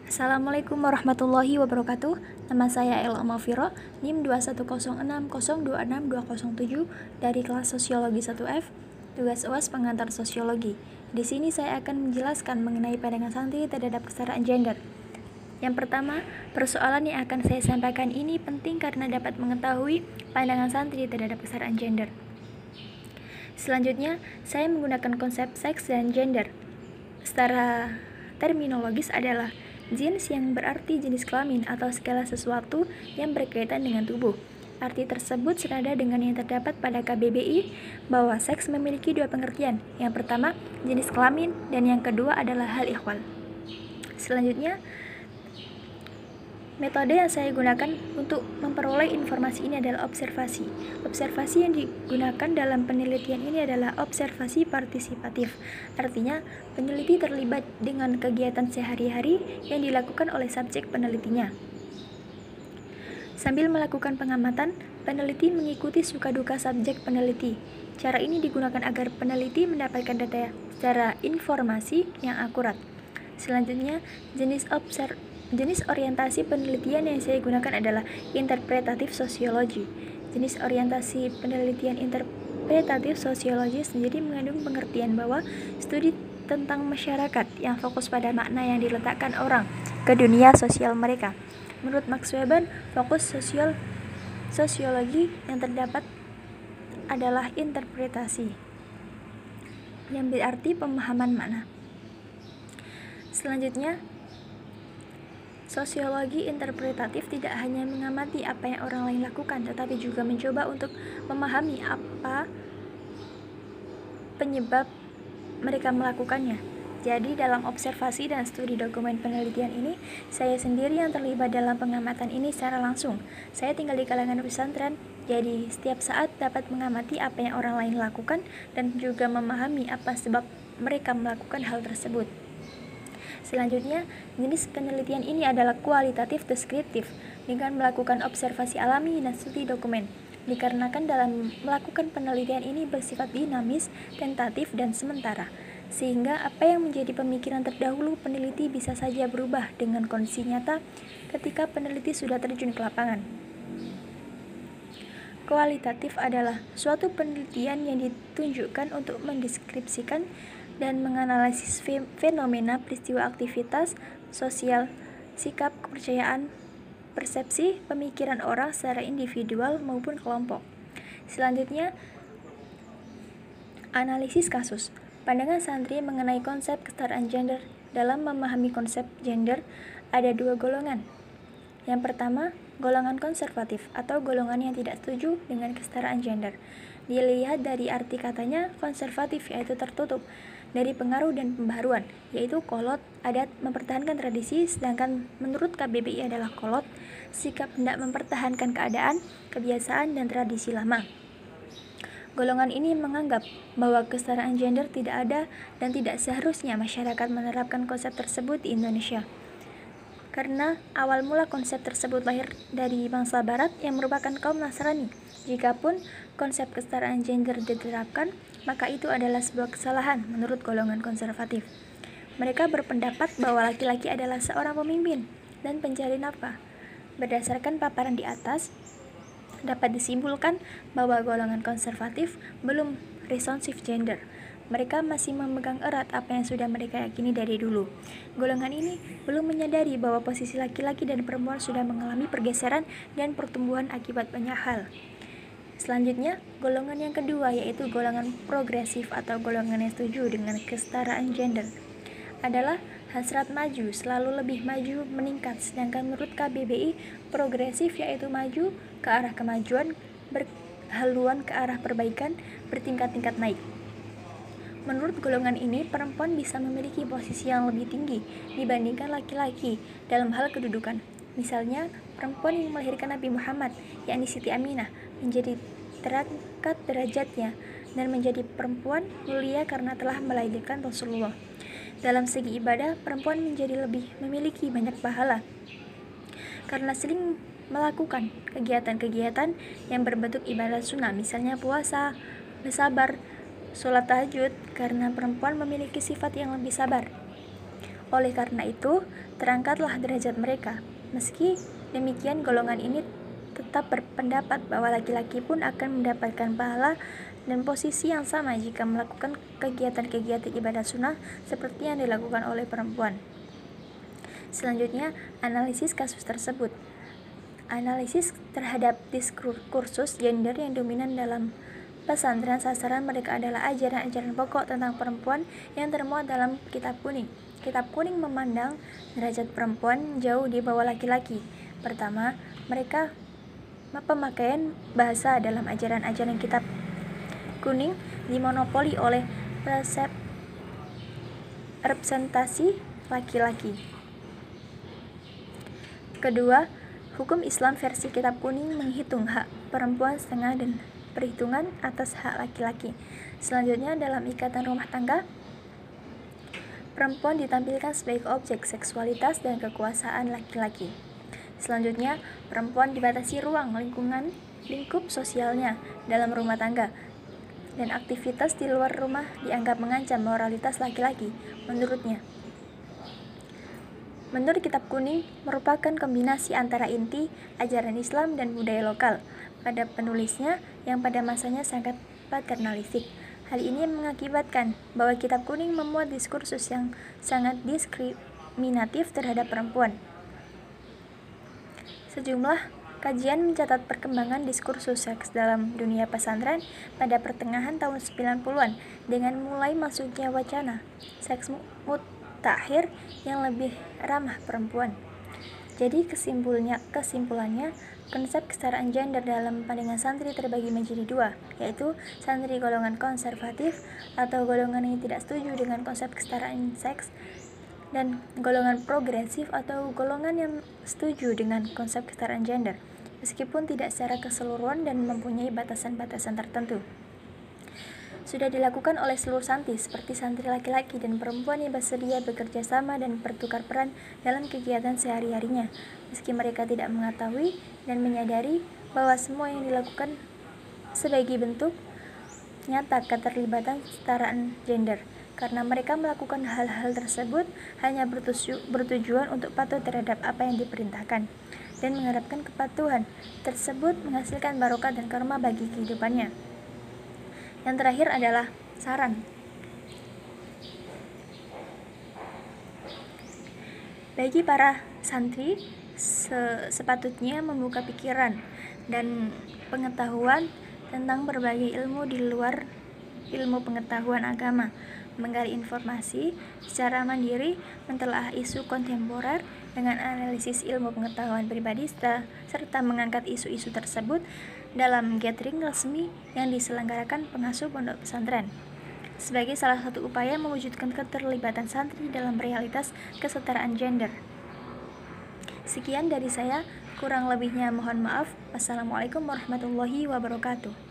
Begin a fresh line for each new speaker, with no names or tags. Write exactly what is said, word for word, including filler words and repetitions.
Assalamualaikum warahmatullahi wabarakatuh. Nama saya Ella Mafiro, NIM dua satu nol enam nol dua enam dua nol tujuh dari kelas Sosiologi satu F, tugas U A S pengantar Sosiologi. Di sini saya akan menjelaskan mengenai pandangan santri terhadap kesetaraan gender. Yang pertama, persoalan yang akan saya sampaikan ini penting karena dapat mengetahui pandangan santri terhadap kesetaraan gender. Selanjutnya, saya menggunakan konsep seks dan gender. Secara terminologis adalah jeans yang berarti jenis kelamin atau segala sesuatu yang berkaitan dengan tubuh. Arti tersebut senada dengan yang terdapat pada K B B I bahwa seks memiliki dua pengertian. Yang pertama, jenis kelamin, dan yang kedua adalah hal ihwal. Selanjutnya, metode yang saya gunakan untuk memperoleh informasi ini adalah observasi. Observasi yang digunakan dalam penelitian ini adalah observasi partisipatif. Artinya, peneliti terlibat dengan kegiatan sehari-hari yang dilakukan oleh subjek penelitinya. Sambil melakukan pengamatan, peneliti mengikuti suka duka subjek peneliti. Cara ini digunakan agar peneliti mendapatkan data secara informasi yang akurat. Selanjutnya, jenis observasi Jenis orientasi penelitian yang saya gunakan adalah interpretatif sosiologi. Jenis orientasi penelitian interpretatif sosiologi sendiri mengandung pengertian bahwa studi tentang masyarakat yang fokus pada makna yang diletakkan orang ke dunia sosial mereka. Menurut Max Weber, fokus sosial sosiologi yang terdapat adalah interpretasi, yang berarti pemahaman makna. Selanjutnya, sosiologi interpretatif tidak hanya mengamati apa yang orang lain lakukan, tetapi juga mencoba untuk memahami apa penyebab mereka melakukannya. Jadi dalam observasi dan studi dokumen penelitian ini, saya sendiri yang terlibat dalam pengamatan ini secara langsung. Saya tinggal di kalangan pesantren, jadi setiap saat dapat mengamati apa yang orang lain lakukan dan juga memahami apa sebab mereka melakukan hal tersebut. Selanjutnya, jenis penelitian ini adalah kualitatif deskriptif dengan melakukan observasi alami dan studi dokumen. Dikarenakan dalam melakukan penelitian ini bersifat dinamis, tentatif, dan sementara, sehingga apa yang menjadi pemikiran terdahulu peneliti bisa saja berubah dengan kondisi nyata ketika peneliti sudah terjun ke lapangan. Kualitatif adalah suatu penelitian yang ditunjukkan untuk mendeskripsikan dan menganalisis fenomena, peristiwa, aktivitas sosial, sikap, kepercayaan, persepsi, pemikiran orang secara individual maupun kelompok. Selanjutnya, analisis kasus. Pandangan santri mengenai konsep kesetaraan gender. Dalam memahami konsep gender, ada dua golongan. Yang pertama, golongan konservatif atau golongan yang tidak setuju dengan kesetaraan gender. Dilihat dari arti katanya, konservatif yaitu tertutup dari pengaruh dan pembaharuan, yaitu kolot, adat, mempertahankan tradisi, sedangkan menurut K B B I adalah kolot, sikap hendak mempertahankan keadaan, kebiasaan, dan tradisi lama. Golongan ini menganggap bahwa kesetaraan gender tidak ada dan tidak seharusnya masyarakat menerapkan konsep tersebut di Indonesia. Karena awal mula konsep tersebut lahir dari bangsa barat yang merupakan kaum Nasrani. Jikapun konsep kesetaraan gender diterapkan, maka itu adalah sebuah kesalahan menurut golongan konservatif. Mereka berpendapat bahwa laki-laki adalah seorang pemimpin dan pencari nafkah. Berdasarkan paparan di atas, dapat disimpulkan bahwa golongan konservatif belum responsif gender. Mereka masih memegang erat apa yang sudah mereka yakini dari dulu. Golongan ini belum menyadari bahwa posisi laki-laki dan perempuan sudah mengalami pergeseran dan pertumbuhan akibat banyak hal. Selanjutnya, golongan yang kedua yaitu golongan progresif atau golongan yang setuju dengan kesetaraan gender adalah hasrat maju, selalu lebih maju, meningkat. Sedangkan menurut K B B I, progresif yaitu maju ke arah kemajuan, berhaluan ke arah perbaikan, bertingkat-tingkat naik. Menurut golongan ini, perempuan bisa memiliki posisi yang lebih tinggi dibandingkan laki-laki dalam hal kedudukan. Misalnya, perempuan yang melahirkan Nabi Muhammad, yakni Siti Aminah, menjadi terangkat derajatnya dan menjadi perempuan mulia karena telah melahirkan Rasulullah. Dalam segi ibadah, perempuan menjadi lebih memiliki banyak pahala karena sering melakukan kegiatan-kegiatan yang berbentuk ibadah sunnah, misalnya puasa, bersabar, sholat tahajud, karena perempuan memiliki sifat yang lebih sabar. Oleh karena itu, terangkatlah derajat mereka. Meski demikian, golongan ini tetap berpendapat bahwa laki-laki pun akan mendapatkan pahala dan posisi yang sama jika melakukan kegiatan-kegiatan ibadah sunnah seperti yang dilakukan oleh perempuan. Selanjutnya, analisis kasus tersebut. Analisis terhadap diskursus gender yang dominan dalam pesantren. Sasaran mereka adalah ajaran-ajaran pokok tentang perempuan yang termuat dalam Kitab Kuning. Kitab Kuning memandang derajat perempuan jauh di bawah laki-laki. Pertama, mereka pemakaian bahasa dalam ajaran-ajaran Kitab Kuning dimonopoli oleh resep representasi laki-laki. Kedua, hukum Islam versi Kitab Kuning menghitung hak perempuan setengah dan perhitungan atas hak laki-laki. Selanjutnya, dalam ikatan rumah tangga, perempuan ditampilkan sebagai objek seksualitas dan kekuasaan laki-laki. Selanjutnya, perempuan dibatasi ruang lingkungan lingkup sosialnya dalam rumah tangga, dan aktivitas di luar rumah dianggap mengancam moralitas laki-laki menurutnya. Menurut Kitab Kuning merupakan kombinasi antara inti ajaran Islam dan budaya lokal pada penulisnya yang pada masanya sangat paternalistik. Hal ini mengakibatkan bahwa Kitab Kuning memuat diskursus yang sangat diskriminatif terhadap perempuan. Sejumlah kajian mencatat perkembangan diskursus seks dalam dunia pesantren pada pertengahan tahun sembilan puluhan dengan mulai masuknya wacana seks mutakhir yang lebih ramah perempuan. Jadi kesimpulannya, kesimpulannya konsep kesetaraan gender dalam pandangan santri terbagi menjadi dua, yaitu santri golongan konservatif atau golongan yang tidak setuju dengan konsep kesetaraan seks, dan golongan progresif atau golongan yang setuju dengan konsep kesetaraan gender, meskipun tidak secara keseluruhan dan mempunyai batasan-batasan tertentu. Sudah dilakukan oleh seluruh santri, seperti santri laki-laki dan perempuan yang bersedia bekerja sama dan bertukar peran dalam kegiatan sehari-harinya, meski mereka tidak mengetahui dan menyadari bahwa semua yang dilakukan sebagai bentuk nyata keterlibatan kesetaraan gender, karena mereka melakukan hal-hal tersebut hanya bertuju, bertujuan untuk patuh terhadap apa yang diperintahkan dan mengharapkan kepatuhan tersebut menghasilkan barokah dan karma bagi kehidupannya. Yang terakhir adalah saran. Bagi para santri, se- sepatutnya membuka pikiran dan pengetahuan tentang berbagai ilmu di luar ilmu pengetahuan agama, menggali informasi secara mandiri, mentelaah isu kontemporer dengan analisis ilmu pengetahuan pribadi, serta mengangkat isu-isu tersebut dalam gathering resmi yang diselenggarakan pengasuh pondok pesantren sebagai salah satu upaya mewujudkan keterlibatan santri dalam realitas kesetaraan gender. Sekian dari saya, kurang lebihnya mohon maaf. Wassalamualaikum warahmatullahi wabarakatuh.